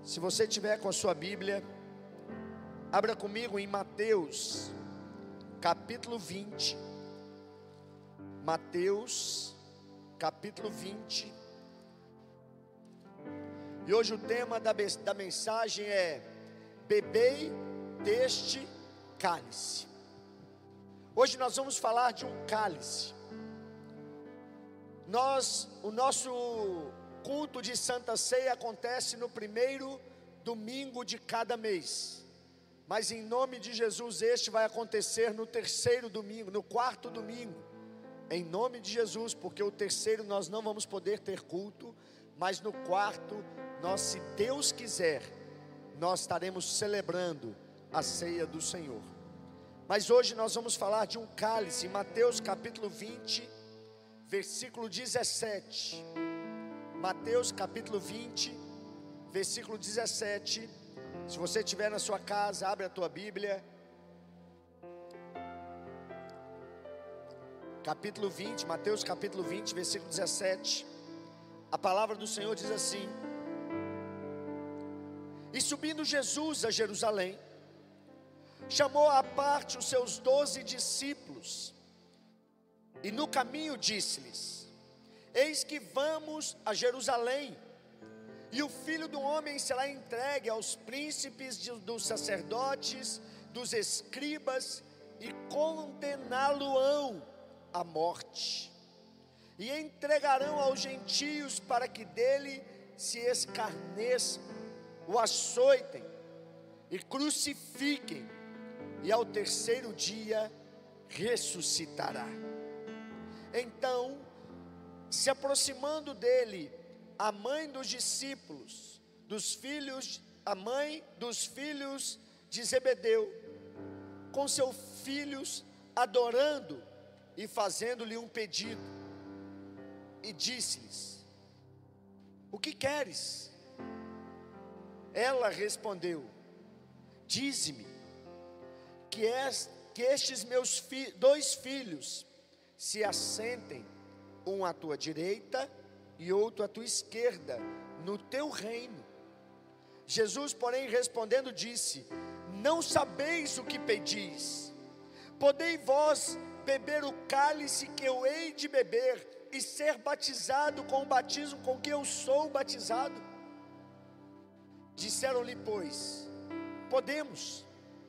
Se você tiver com a sua Bíblia, abra comigo em Mateus, capítulo 20. Mateus, capítulo 20. E hoje o tema da mensagem é: bebei deste cálice. Hoje nós vamos falar de um cálice. O nosso culto de Santa Ceia acontece no primeiro domingo de cada mês, mas em nome de Jesus este vai acontecer no terceiro domingo, no quarto domingo, em nome de Jesus, porque o terceiro nós não vamos poder ter culto, mas no quarto, nós, se Deus quiser, nós estaremos celebrando a ceia do Senhor. Mas hoje nós vamos falar de um cálice, em Mateus capítulo 20, versículo 17, Mateus capítulo 20, versículo 17, se você estiver na sua casa, abre a tua Bíblia, capítulo 20, Mateus capítulo 20, versículo 17, a palavra do Senhor diz assim: e subindo Jesus a Jerusalém, chamou à parte os seus 12 discípulos, e no caminho disse-lhes: eis que vamos a Jerusalém, e o Filho do Homem será entregue aos príncipes dos sacerdotes, dos escribas, e condená-lo-ão à morte, e entregarão aos gentios para que dele se escarneçam, o açoitem e crucifiquem, e ao terceiro dia ressuscitará. Então, se aproximando dele, a mãe dos discípulos, a mãe dos filhos de Zebedeu, com seus filhos, adorando e fazendo-lhe um pedido, e disse-lhes: o que queres? Ela respondeu: dize-me que estes meus dois filhos se assentem, um à tua direita e outro à tua esquerda, no teu reino. Jesus, porém, respondendo, disse: não sabeis o que pedis. Podei vós beber o cálice que eu hei de beber, e ser batizado com o batismo com que eu sou batizado? Disseram-lhe, pois, podemos.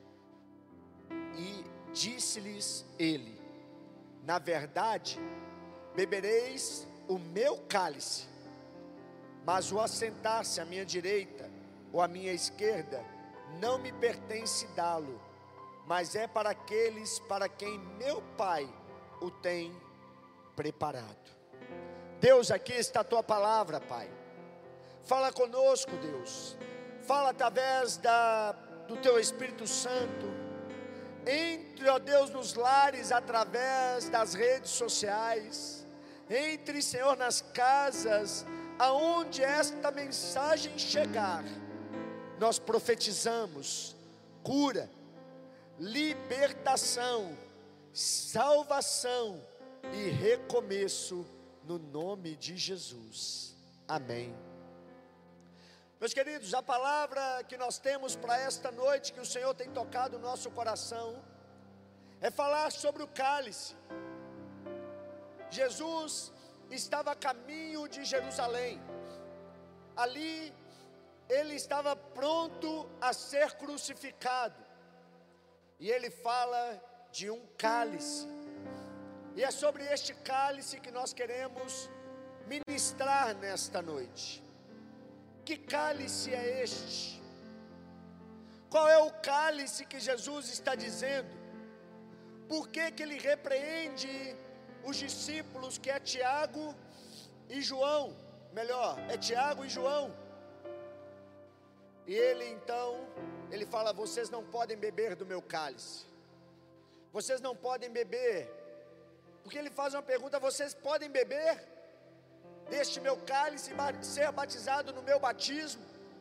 E disse-lhes ele: na verdade, bebereis o meu cálice, mas o assentar-se à minha direita ou à minha esquerda não me pertence dá-lo, mas é para aqueles para quem meu Pai o tem preparado. Deus, aqui está a tua palavra, Pai. Fala conosco, Deus. Fala através do teu Espírito Santo. Entre, ó Deus, nos lares, através das redes sociais. Entre, Senhor, nas casas, aonde esta mensagem chegar, nós profetizamos cura, libertação, salvação e recomeço, no nome de Jesus. Amém. Meus queridos, a palavra que nós temos para esta noite, que o Senhor tem tocado no nosso coração, é falar sobre o cálice. Jesus estava a caminho de Jerusalém. Ali ele estava pronto a ser crucificado, e ele fala de um cálice, e é sobre este cálice que nós queremos ministrar nesta noite. Que cálice é este? Qual é o cálice que Jesus está dizendo? Por que ele repreende os discípulos, que é Tiago e João? Melhor, é Tiago e João. E ele fala: vocês não podem beber do meu cálice. Vocês não podem beber. Porque ele faz uma pergunta: vocês podem beber deste meu cálice e ser batizado no meu batismo?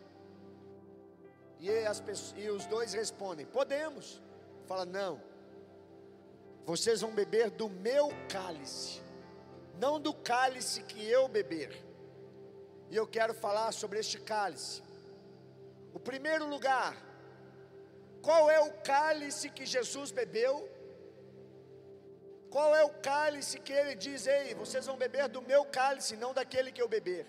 E os dois respondem: podemos. Fala: não, vocês vão beber do meu cálice, não do cálice que eu beber. E eu quero falar sobre este cálice. O primeiro lugar, qual é o cálice que Jesus bebeu? Qual é o cálice que ele diz: ei, vocês vão beber do meu cálice, não daquele que eu beber?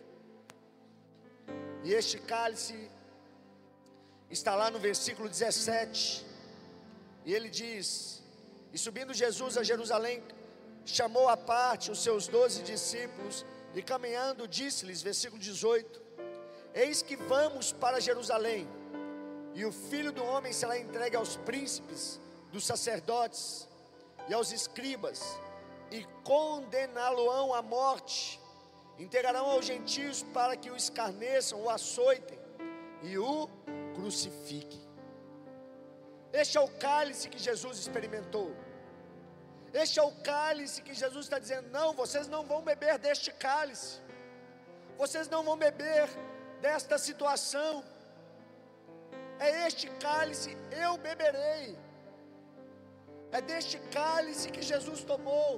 E este cálice está lá no versículo 17, e ele diz: e subindo Jesus a Jerusalém, chamou à parte os seus 12 discípulos, e caminhando disse-lhes, versículo 18: eis que vamos para Jerusalém, e o Filho do Homem será entregue aos príncipes dos sacerdotes e aos escribas, e condená-lo-ão à morte, entregarão aos gentios para que o escarneçam, o açoitem e o crucifiquem. Este é o cálice que Jesus experimentou. Este é o cálice que Jesus está dizendo: não, vocês não vão beber deste cálice, vocês não vão beber desta situação. É este cálice eu beberei. É deste cálice que Jesus tomou.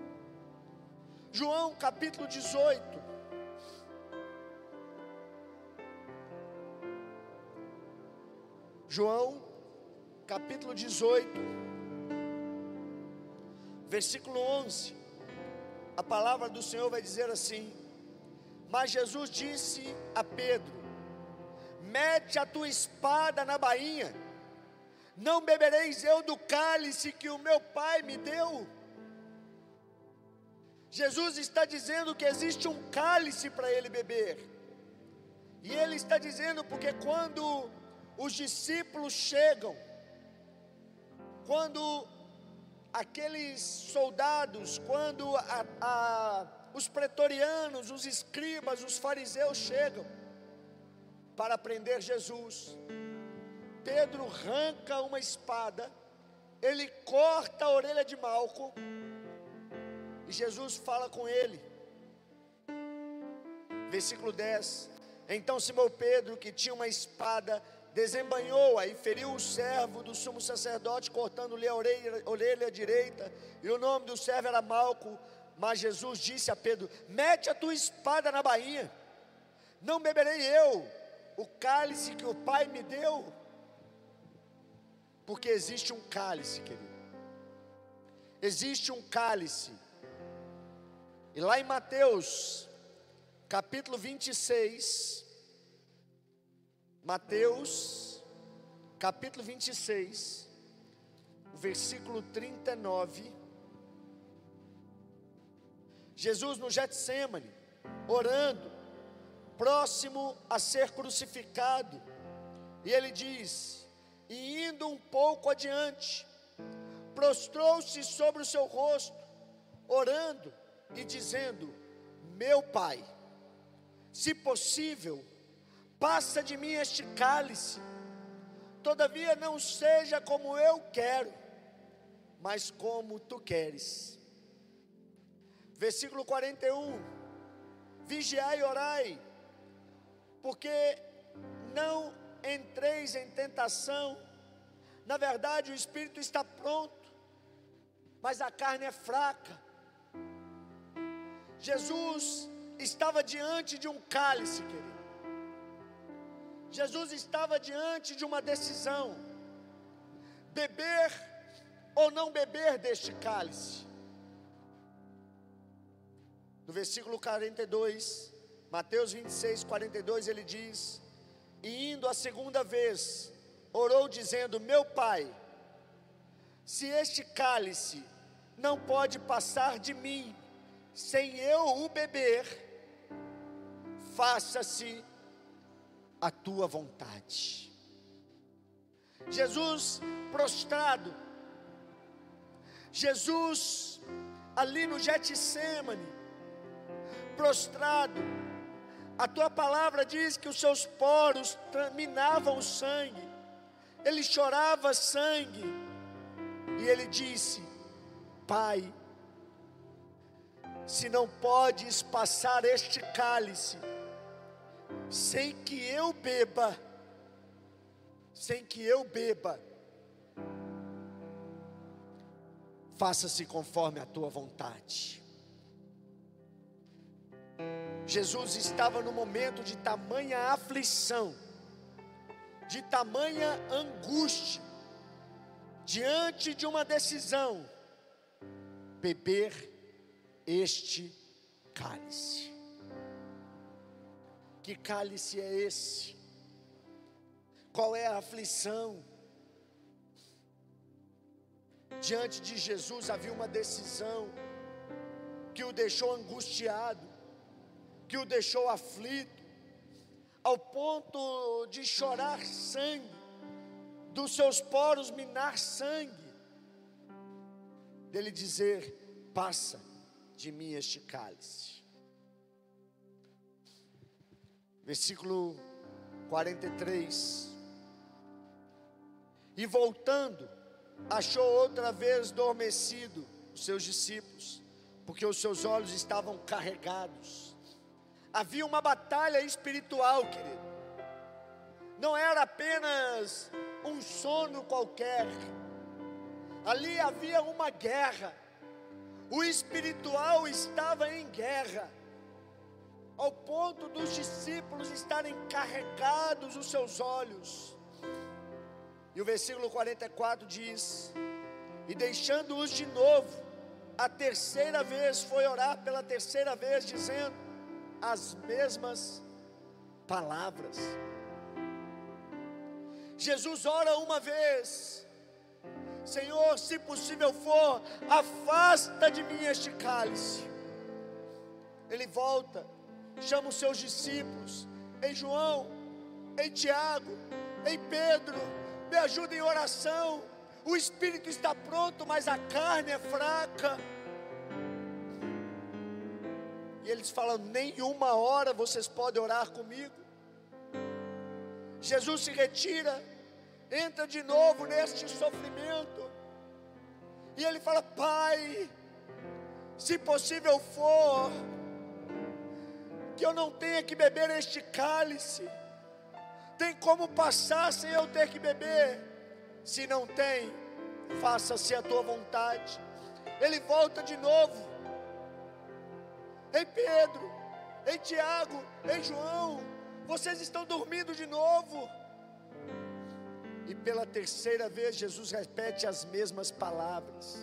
João capítulo 18. João capítulo 18, versículo 11. A palavra do Senhor vai dizer assim: mas Jesus disse a Pedro: mete a tua espada na bainha, não bebereis eu do cálice que o meu Pai me deu? Jesus está dizendo que existe um cálice para ele beber, e ele está dizendo porque quando os discípulos chegam, quando aqueles soldados, quando os pretorianos, os escribas, os fariseus chegam para prender Jesus, Pedro arranca uma espada, ele corta a orelha de Malco, e Jesus fala com ele, versículo 10: então Simão Pedro, que tinha uma espada, desembainhou-a e feriu o servo do sumo sacerdote, cortando-lhe a orelha direita, e o nome do servo era Malco. Mas Jesus disse a Pedro: mete a tua espada na bainha, não beberei eu o cálice que o Pai me deu? Porque existe um cálice, querido, existe um cálice. E lá em Mateus capítulo 26, Mateus capítulo 26, versículo 39, Jesus no Getsêmani, orando, próximo a ser crucificado, e ele diz: e indo um pouco adiante, prostrou-se sobre o seu rosto, orando e dizendo: meu Pai, se possível, passa de mim este cálice, todavia não seja como eu quero, mas como tu queres. Versículo 41, vigiai e orai, porque não entreis em tentação. Na verdade o espírito está pronto, mas a carne é fraca. Jesus estava diante de um cálice, querido. Jesus estava diante de uma decisão: beber ou não beber deste cálice. No versículo 42, Mateus 26, 42, ele diz: e indo a segunda vez, orou dizendo: meu Pai, se este cálice não pode passar de mim sem eu o beber, faça-se a tua vontade. Jesus prostrado, Jesus ali no Getsêmani, prostrado, a tua palavra diz que os seus poros minavam o sangue, ele chorava sangue, e ele disse: Pai, se não podes passar este cálice sem que eu beba, faça-se conforme a tua vontade. Jesus estava no momento de tamanha aflição, de tamanha angústia, diante de uma decisão, beber este cálice. Que cálice é esse? Qual é a aflição? Diante de Jesus havia uma decisão que o deixou angustiado, que o deixou aflito, ao ponto de chorar sangue, dos seus poros minar sangue, dele dizer: passa de mim este cálice. Versículo 43. E voltando, achou outra vez adormecido os seus discípulos, porque os seus olhos estavam carregados. Havia uma batalha espiritual, querido. Não era apenas um sono qualquer. Ali havia uma guerra. O espiritual estava em guerra, ao ponto dos discípulos estarem carregados os seus olhos. E o versículo 44 diz: e deixando-os de novo, a terceira vez foi orar pela terceira vez, dizendo as mesmas palavras. Jesus ora uma vez: Senhor, se possível for, afasta de mim este cálice. Ele volta, chama os seus discípulos: ei João, ei Tiago, ei Pedro, me ajuda em oração. O espírito está pronto, mas a carne é fraca. E eles falam: nenhuma hora vocês podem orar comigo. Jesus se retira, entra de novo neste sofrimento, e ele fala: Pai, se possível for, que eu não tenha que beber este cálice. Tem como passar sem eu ter que beber? Se não tem, faça-se a tua vontade. Ele volta de novo: ei Pedro, ei Tiago, ei João, vocês estão dormindo de novo? E pela terceira vez Jesus repete as mesmas palavras.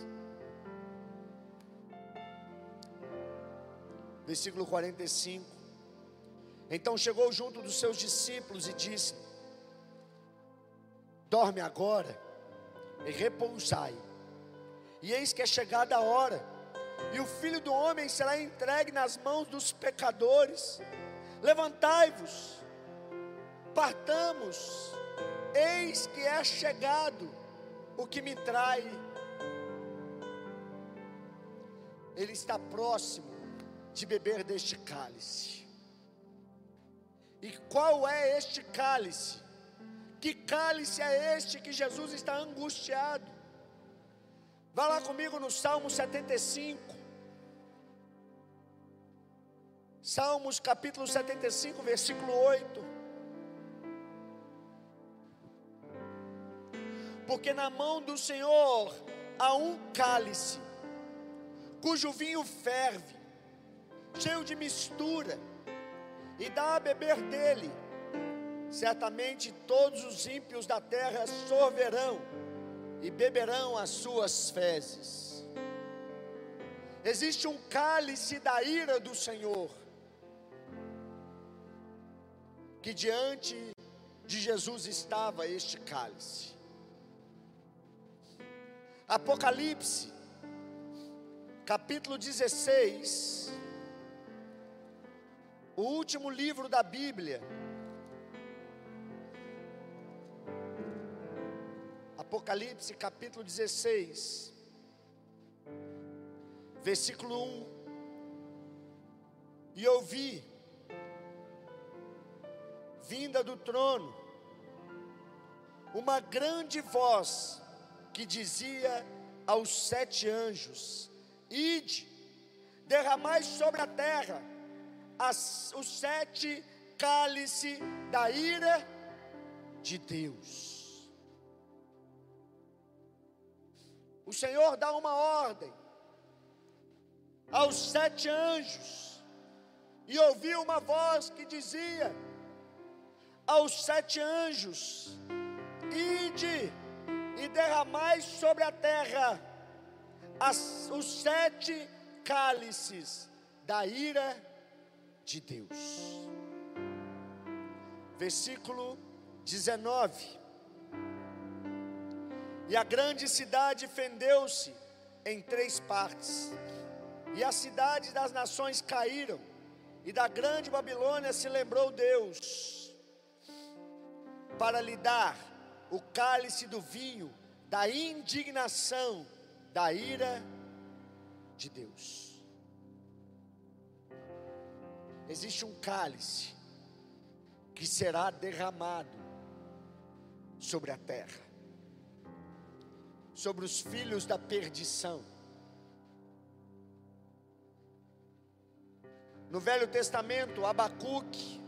Versículo 45. Então chegou junto dos seus discípulos e disse: dorme agora e repousai, e eis que é chegada a hora, e o Filho do Homem será entregue nas mãos dos pecadores. Levantai-vos, partamos, eis que é chegado o que me trai. Ele está próximo de beber deste cálice. E qual é este cálice? Que cálice é este que Jesus está angustiado? Vá lá comigo no Salmo 75. Salmos capítulo 75, versículo 8. Porque na mão do Senhor há um cálice, cujo vinho ferve, cheio de mistura, e dá a beber dele. Certamente todos os ímpios da terra sorverão e beberão as suas fezes. Existe um cálice da ira do Senhor, que diante de Jesus estava este cálice. Apocalipse, capítulo 16, o último livro da Bíblia. Apocalipse capítulo 16, versículo 1. E ouvi, vinda do trono, uma grande voz que dizia aos 7 anjos: ide, derramai sobre a terra os 7 cálices da ira de Deus. O Senhor dá uma ordem aos 7 anjos, e ouvi uma voz que dizia: aos 7 anjos: ide e derramai sobre a terra os 7 cálices da ira de Deus. Versículo 19: e a grande cidade fendeu-se em 3 partes, e as cidades das nações caíram, e da grande Babilônia se lembrou Deus, para lhe dar o cálice do vinho da indignação da ira de Deus. Existe um cálice que será derramado sobre a terra, sobre os filhos da perdição. No Velho Testamento, Abacuque,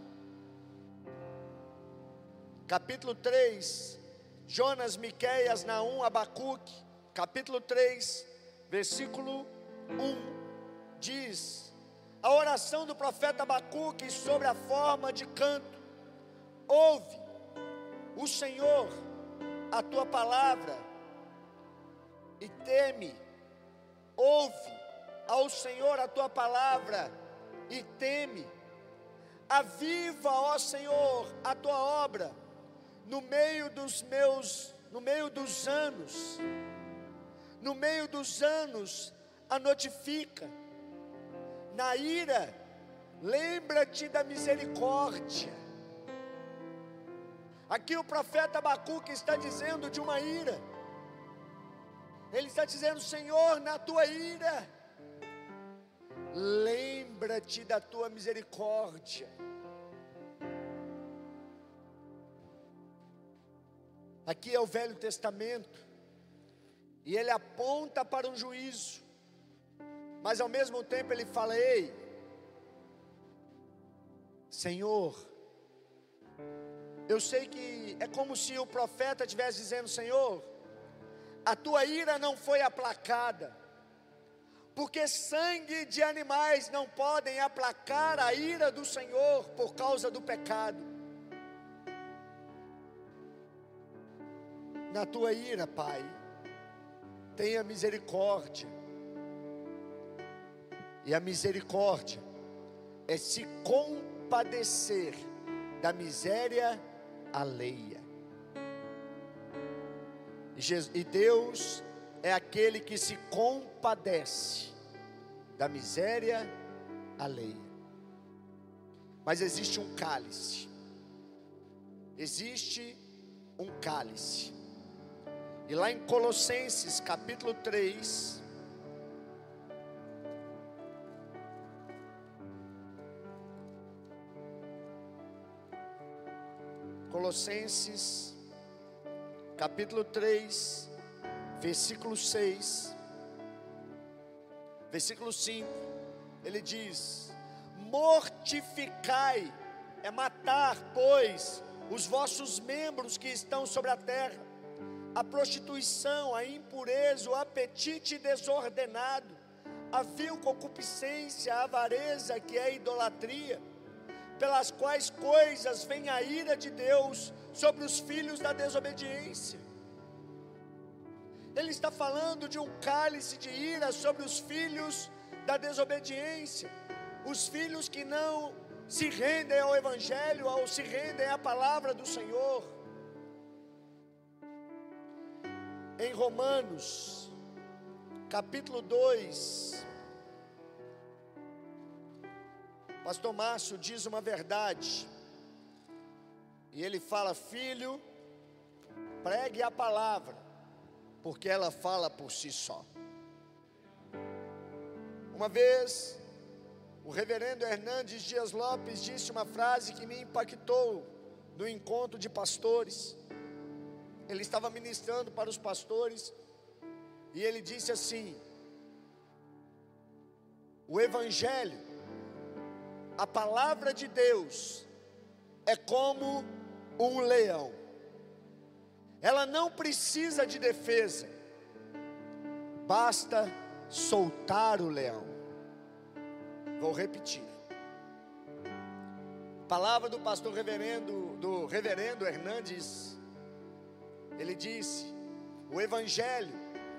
capítulo 3, Jonas, Miqueias, Naum, Abacuque, capítulo 3, versículo 1, diz a oração do profeta Abacuque sobre a forma de canto: ouve, o Senhor, a tua palavra, e teme. Ouve ao Senhor a tua palavra e teme. Aviva, ó Senhor, a tua obra no meio dos anos a notifica. Na ira, lembra-te da misericórdia. Aqui o profeta Abacuque está dizendo de uma ira. Ele está dizendo: Senhor, na tua ira, lembra-te da tua misericórdia. Aqui é o Velho Testamento, e ele aponta para um juízo, mas ao mesmo tempo ele fala: ei, Senhor, eu sei que é como se o profeta estivesse dizendo: Senhor, a tua ira não foi aplacada, porque sangue de animais não podem aplacar a ira do Senhor por causa do pecado. Na tua ira, Pai, tenha misericórdia. E a misericórdia é se compadecer da miséria alheia. E Deus é aquele que se compadece da miséria alheia. Mas existe um cálice. Existe um cálice. E lá em Colossenses capítulo 3, Colossenses capítulo 3, versículo 6, versículo 5, ele diz: mortificai, é matar, pois, os vossos membros que estão sobre a terra, a prostituição, a impureza, o apetite desordenado, a vil concupiscência, a avareza, que é a idolatria, pelas quais coisas vem a ira de Deus sobre os filhos da desobediência. Ele está falando de um cálice de ira sobre os filhos da desobediência, os filhos que não se rendem ao Evangelho, ou se rendem à palavra do Senhor. Em Romanos, capítulo 2, pastor Márcio diz uma verdade, e ele fala: filho, pregue a palavra, porque ela fala por si só. Uma vez, o reverendo Hernandes Dias Lopes disse uma frase que me impactou no encontro de pastores. Ele estava ministrando para os pastores, e ele disse assim: o Evangelho, a palavra de Deus, é como um leão. Ela não precisa de defesa, basta soltar o leão. Vou repetir: palavra do pastor do reverendo Hernandes, ele disse: o evangelho,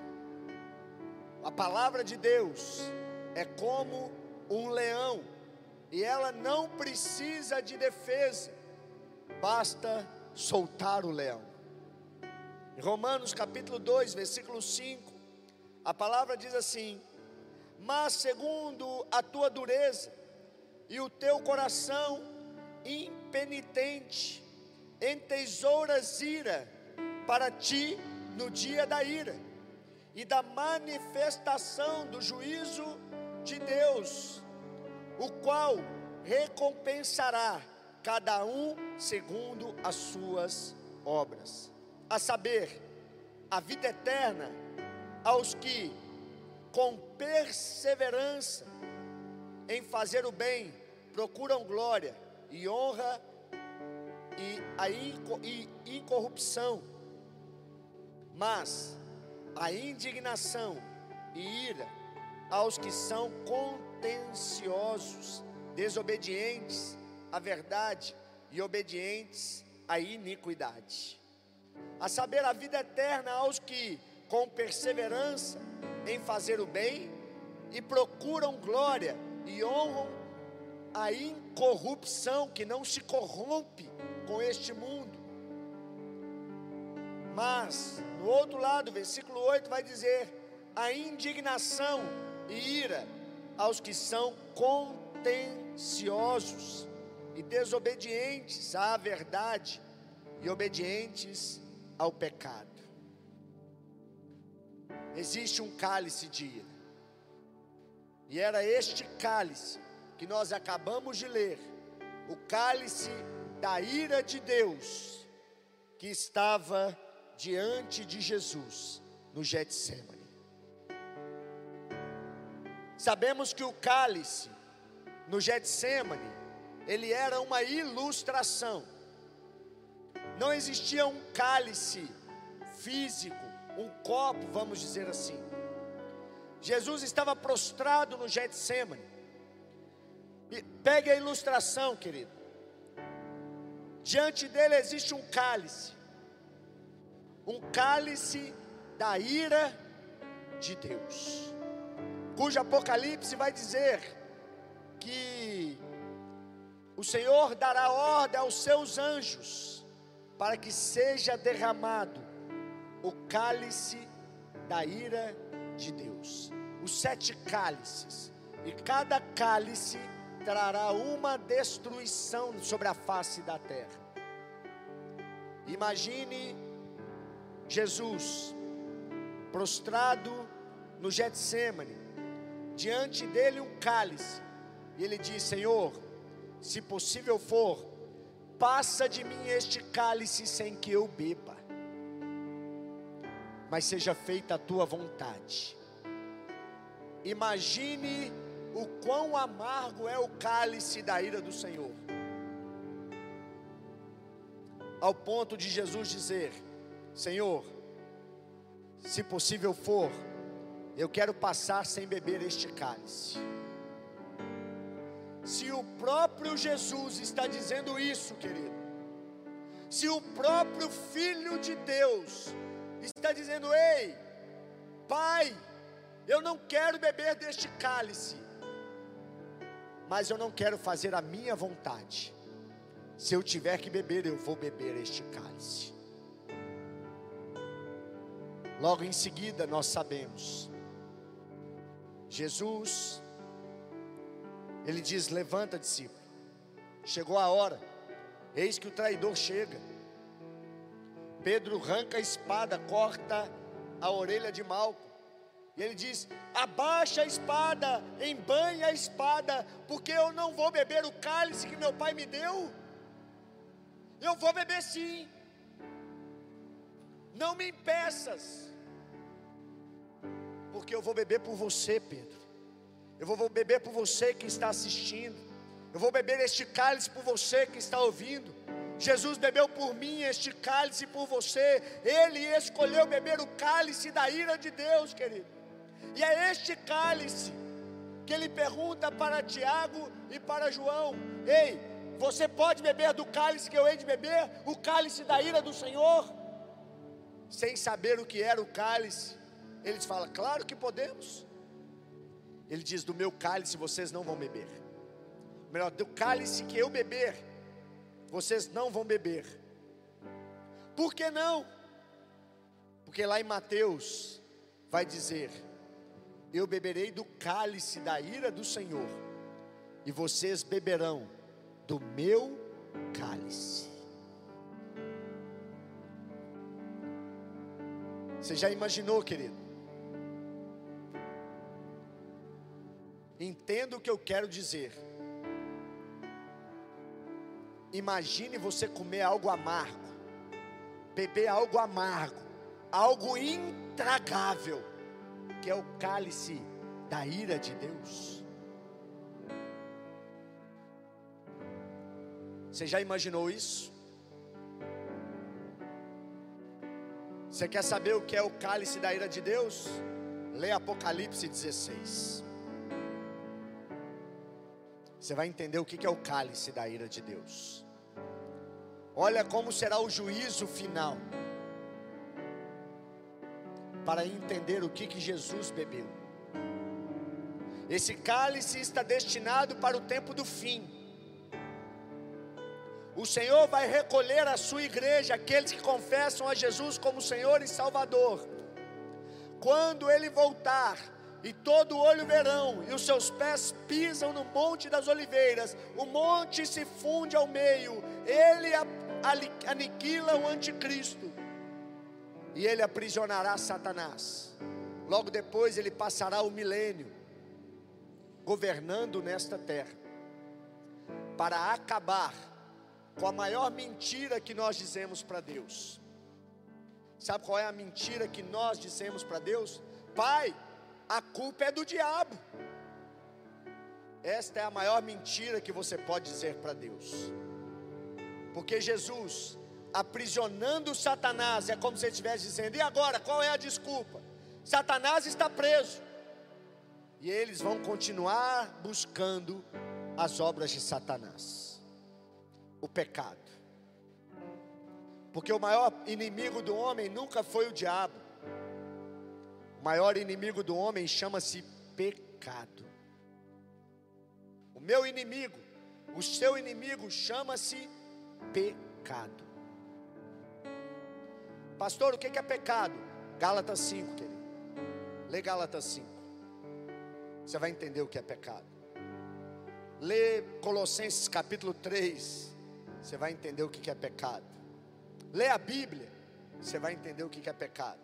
a palavra de Deus é como um leão, e ela não precisa de defesa, basta soltar o leão. Em Romanos capítulo 2, versículo 5, a palavra diz assim: mas segundo a tua dureza e o teu coração impenitente, entesouras ira para ti no dia da ira e da manifestação do juízo de Deus, o qual recompensará cada um segundo as suas obras, a saber, a vida eterna aos que com perseverança em fazer o bem procuram glória e honra e incorrupção, mas a indignação e ira aos que são contenciosos, desobedientes à verdade e obedientes à iniquidade, a saber, a vida eterna aos que com perseverança em fazer o bem e procuram glória e honram a incorrupção, que não se corrompe com este mundo. Mas no outro lado, versículo 8 vai dizer: a indignação e ira aos que são contenciosos e desobedientes à verdade e obedientes ao pecado. Existe um cálice de ira, e era este cálice que nós acabamos de ler, o cálice da ira de Deus, que estava diante de Jesus no Getsemane. Sabemos que o cálice no Getsemane, ele era uma ilustração. Não existia um cálice físico, um copo, vamos dizer assim. Jesus estava prostrado no Getsemane. E pegue a ilustração, querido. Diante dele existe um cálice da ira de Deus, cujo Apocalipse vai dizer que o Senhor dará ordem aos seus anjos para que seja derramado o cálice da ira de Deus, os 7 cálices, e cada cálice trará uma destruição sobre a face da terra. Imagine Jesus prostrado no Getsemane, diante dele um cálice, e ele diz: Senhor, se possível for, passa de mim este cálice sem que eu beba, mas seja feita a tua vontade. Imagine o quão amargo é o cálice da ira do Senhor, ao ponto de Jesus dizer: Senhor, se possível for, eu quero passar sem beber este cálice. Se o próprio Jesus está dizendo isso, querido, se o próprio Filho de Deus está dizendo: ei, Pai, eu não quero beber deste cálice, mas eu não quero fazer a minha vontade. Se eu tiver que beber, eu vou beber este cálice. Logo em seguida nós sabemos, Jesus, ele diz: levanta, discípulo, chegou a hora, eis que o traidor chega. Pedro arranca a espada, corta a orelha de Malco, e ele diz: abaixa a espada, embanha a espada, porque eu não vou beber o cálice que meu pai me deu. Eu vou beber sim, não me impeças, porque eu vou beber por você, Pedro. Eu vou beber por você que está assistindo. Eu vou beber este cálice por você que está ouvindo. Jesus bebeu por mim este cálice por você. Ele escolheu beber o cálice da ira de Deus, querido. E é este cálice que ele pergunta para Tiago e para João: ei, você pode beber do cálice que eu hei de beber, o cálice da ira do Senhor? Sem saber o que era o cálice, eles falam, claro que podemos. Ele diz, do meu cálice vocês não vão beber. Melhor, do cálice que eu beber, vocês não vão beber. Por que não? Porque lá em Mateus, vai dizer, eu beberei do cálice da ira do Senhor, e vocês beberão do meu cálice. Você já imaginou, querido? Entenda o que eu quero dizer. Imagine você comer algo amargo, beber algo amargo, algo intragável, que é o cálice da ira de Deus. Você já imaginou isso? Você quer saber o que é o cálice da ira de Deus? Lê Apocalipse 16. Você vai entender o que é o cálice da ira de Deus. Olha como será o juízo final, para entender o que Jesus bebeu. Esse cálice está destinado para o tempo do fim. O Senhor vai recolher a sua igreja, aqueles que confessam a Jesus como Senhor e Salvador. Quando Ele voltar, e todo olho verão, e os seus pés pisam no monte das oliveiras, o monte se funde ao meio, Ele aniquila o anticristo, e Ele aprisionará Satanás. Logo depois Ele passará o milênio, governando nesta terra, para acabar com a maior mentira que nós dizemos para Deus. Sabe qual é a mentira que nós dizemos para Deus? Pai, a culpa é do diabo. Esta é a maior mentira que você pode dizer para Deus. Porque Jesus, aprisionando Satanás, é como se ele estivesse dizendo, e agora, qual é a desculpa? Satanás está preso. E eles vão continuar buscando as obras de Satanás. O pecado. Porque o maior inimigo do homem nunca foi o diabo. O maior inimigo do homem chama-se pecado. O meu inimigo, o seu inimigo chama-se pecado. Pastor, o que é pecado? Gálatas 5, querido. Lê Gálatas 5. Você vai entender o que é pecado. Lê Colossenses capítulo 3. Você vai entender o que é pecado. Lê a Bíblia, você vai entender o que é pecado.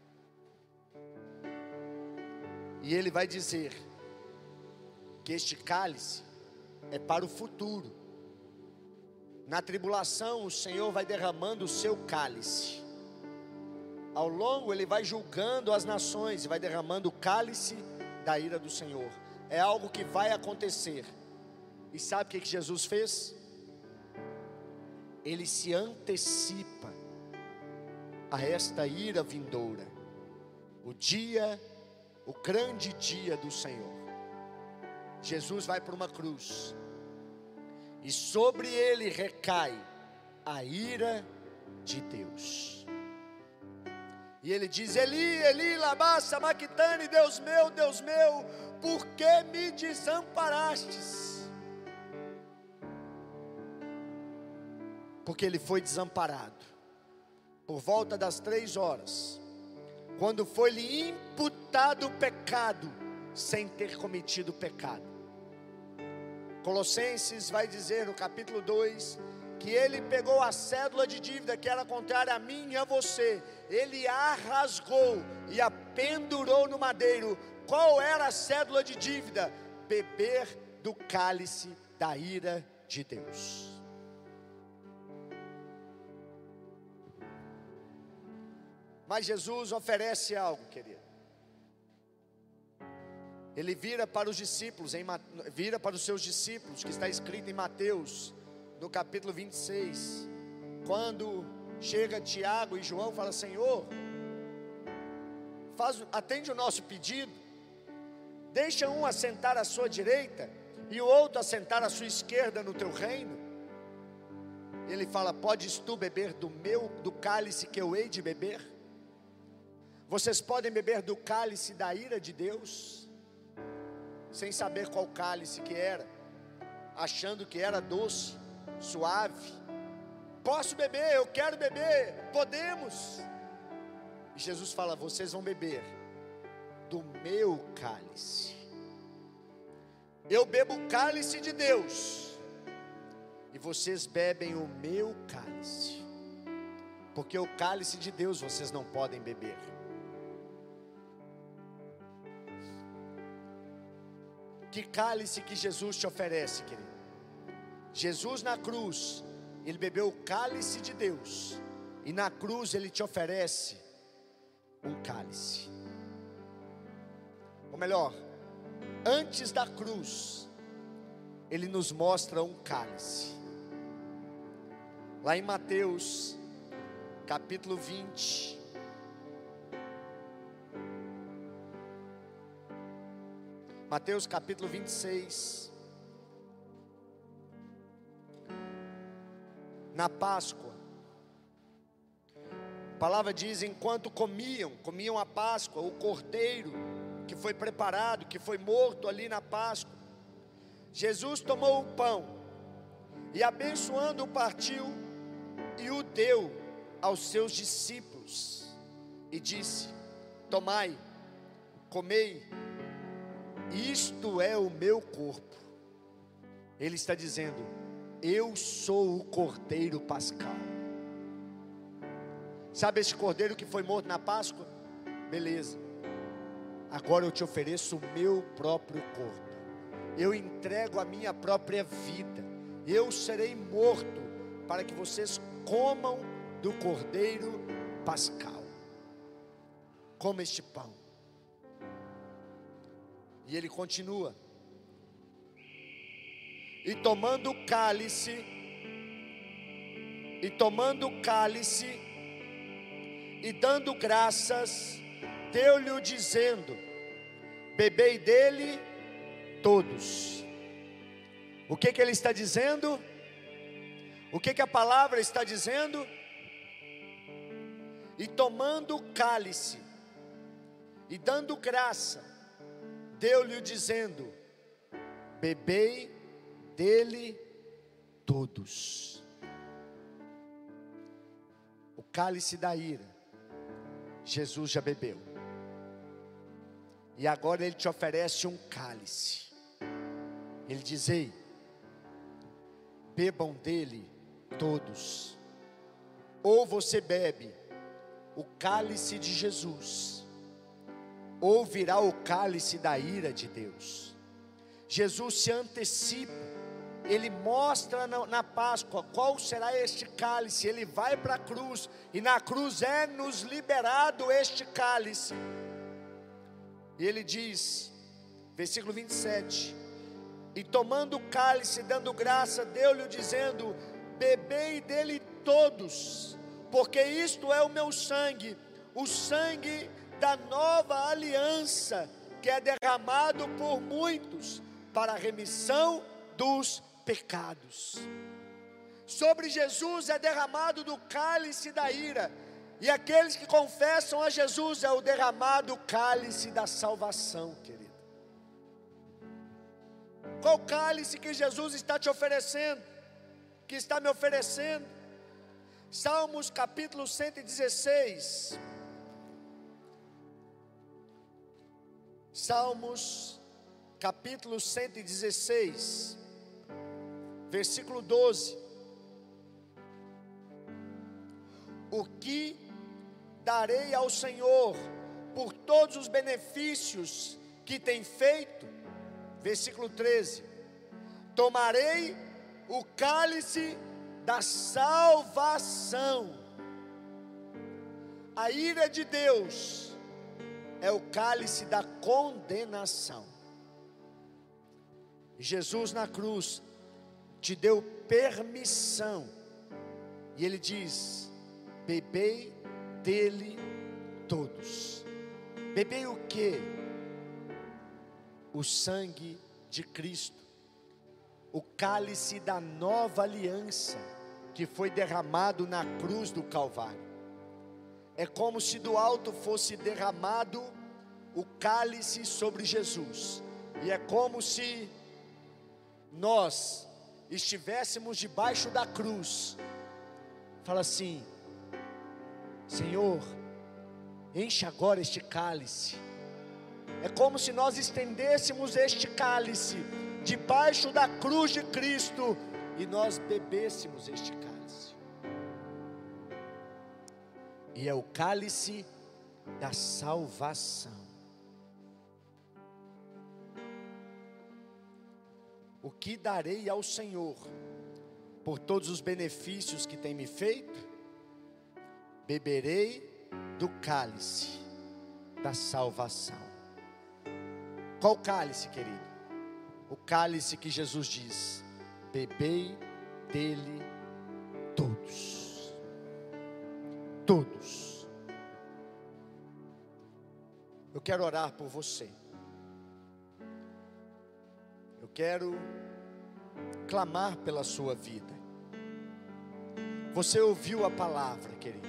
E ele vai dizer que este cálice é para o futuro. Na tribulação o Senhor vai derramando o seu cálice. Ao longo ele vai julgando as nações e vai derramando o cálice da ira do Senhor. É algo que vai acontecer. E sabe o que Jesus fez? Ele se antecipa a esta ira vindoura, o grande dia do Senhor. Jesus vai para uma cruz, e sobre ele recai a ira de Deus. E ele diz, Eli, Eli, lama sabachthani, Deus meu, por que me desamparastes? Porque ele foi desamparado. Por volta das 3 horas, quando foi-lhe imputado o pecado, sem ter cometido pecado. Colossenses vai dizer no capítulo 2, que ele pegou a cédula de dívida, que era contrária a mim e a você, ele a rasgou e a pendurou no madeiro. Qual era a cédula de dívida? Beber do cálice da ira de Deus. Mas Jesus oferece algo, querido. Ele vira para os discípulos, vira para os seus discípulos, que está escrito em Mateus, no capítulo 26. Quando chega Tiago e João, fala, Senhor, atende o nosso pedido. Deixa um assentar à sua direita e o outro assentar à sua esquerda no teu reino. Ele fala: podes tu beber do cálice que eu hei de beber? Vocês podem beber do cálice da ira de Deus, sem saber qual cálice que era, achando que era doce, suave. Posso beber, eu quero beber, podemos. E Jesus fala: vocês vão beber do meu cálice. Eu bebo o cálice de Deus, e vocês bebem o meu cálice, porque o cálice de Deus vocês não podem beber. Que cálice que Jesus te oferece, querido? Jesus na cruz, Ele bebeu o cálice de Deus, e na cruz Ele te oferece um cálice. Ou melhor, antes da cruz, Ele nos mostra um cálice. Lá em Mateus, capítulo 20. Mateus capítulo 26. Na Páscoa, a palavra diz: enquanto comiam a Páscoa, o cordeiro que foi preparado, que foi morto ali na Páscoa, Jesus tomou o pão e, abençoando, o partiu e o deu aos seus discípulos e disse: tomai, comei, isto é o meu corpo. Ele está dizendo: eu sou o cordeiro pascal. Sabe esse cordeiro que foi morto na Páscoa? Beleza. Agora eu te ofereço o meu próprio corpo. Eu entrego a minha própria vida. Eu serei morto para que vocês comam do cordeiro pascal. Coma este pão. E ele continua: e tomando o cálice, e dando graças, deu-lhe dizendo: bebei dele todos. O que ele está dizendo? O que a palavra está dizendo? E tomando o cálice, e dando graça, deu-lhe dizendo: bebei dele todos. O cálice da ira, Jesus já bebeu, e agora Ele te oferece um cálice. Ele diz: ei, bebam dele todos. Ou você bebe o cálice de Jesus, ou virá o cálice da ira de Deus. Jesus se antecipa. Ele mostra na Páscoa qual será este cálice. Ele vai para a cruz, e na cruz é nos liberado este cálice. E ele diz, versículo 27, e tomando o cálice, dando graça, deu-lhe dizendo: bebei dele todos, porque isto é o meu sangue, o sangue da nova aliança, que é derramado por muitos para a remissão dos pecados. Sobre Jesus é derramado do cálice da ira, e aqueles que confessam a Jesus é o derramado cálice da salvação, querido. Qual cálice que Jesus está te oferecendo? Que está me oferecendo? Salmos capítulo 116. Salmos capítulo 116, versículo 12. O que darei ao Senhor por todos os benefícios que tem feito? Versículo 13. Tomarei o cálice da salvação. A ira de Deus é o cálice da condenação. Jesus na cruz te deu permissão, e Ele diz: bebei dele todos. Bebei o que? O sangue de Cristo, o cálice da nova aliança, que foi derramado na cruz do Calvário. É como se do alto fosse derramado o cálice sobre Jesus, e é como se nós estivéssemos debaixo da cruz. Fala assim: Senhor, enche agora este cálice. É como se nós estendêssemos este cálice debaixo da cruz de Cristo e nós bebêssemos este cálice. E é o cálice da salvação. O que darei ao Senhor por todos os benefícios que tem me feito? Beberei do cálice da salvação. Qual cálice, querido? O cálice que Jesus diz: bebei dele todos. Todos. Eu quero orar por você. Eu quero clamar pela sua vida. Você ouviu a palavra, querido.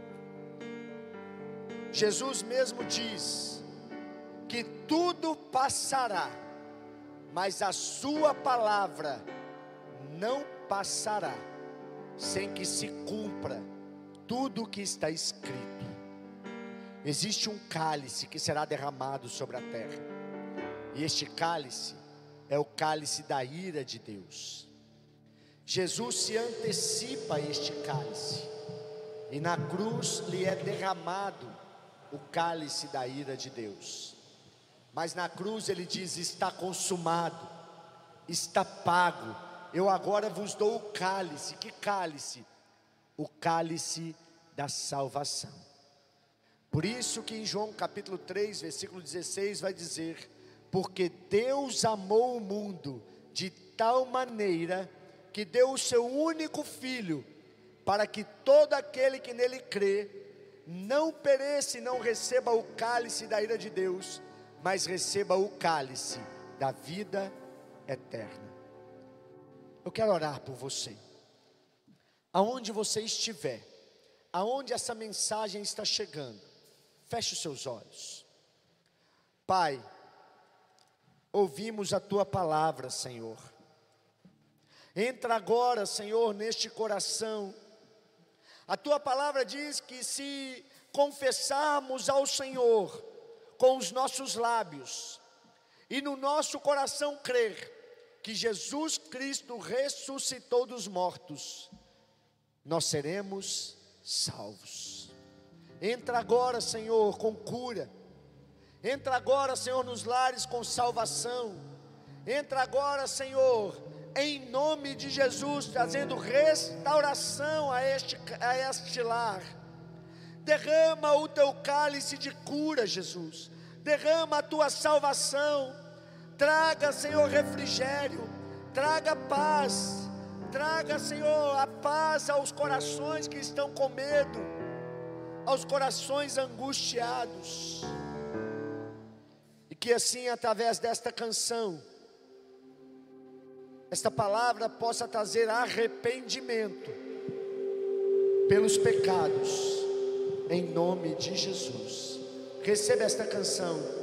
Jesus mesmo diz que tudo passará, mas a sua palavra não passará sem que se cumpra tudo o que está escrito. Existe um cálice que será derramado sobre a terra, e este cálice é o cálice da ira de Deus. Jesus se antecipa a este cálice, e na cruz lhe é derramado o cálice da ira de Deus. Mas na cruz ele diz: está consumado, está pago, eu agora vos dou o cálice. Que cálice? O cálice da salvação. Por isso que em João capítulo 3, versículo 16 vai dizer: porque Deus amou o mundo de tal maneira que deu o seu único Filho, para que todo aquele que nele crê não pereça e não receba o cálice da ira de Deus, mas receba o cálice da vida eterna. Eu quero orar por você. Aonde você estiver, aonde essa mensagem está chegando, feche os seus olhos. Pai, ouvimos a tua palavra, Senhor. Entra agora, Senhor, neste coração. A tua palavra diz que se confessarmos ao Senhor com os nossos lábios e no nosso coração crer que Jesus Cristo ressuscitou dos mortos, nós seremos salvos. Entra agora, Senhor, com cura. Entra agora, Senhor, nos lares com salvação. Entra agora, Senhor, em nome de Jesus, trazendo restauração a este lar. Derrama o teu cálice de cura, Jesus. Derrama a tua salvação. Traga, Senhor, refrigério. Traga paz. Traga, Senhor, a paz aos corações que estão com medo, aos corações angustiados. E que assim, através desta canção, esta palavra possa trazer arrependimento pelos pecados, em nome de Jesus. Receba esta canção.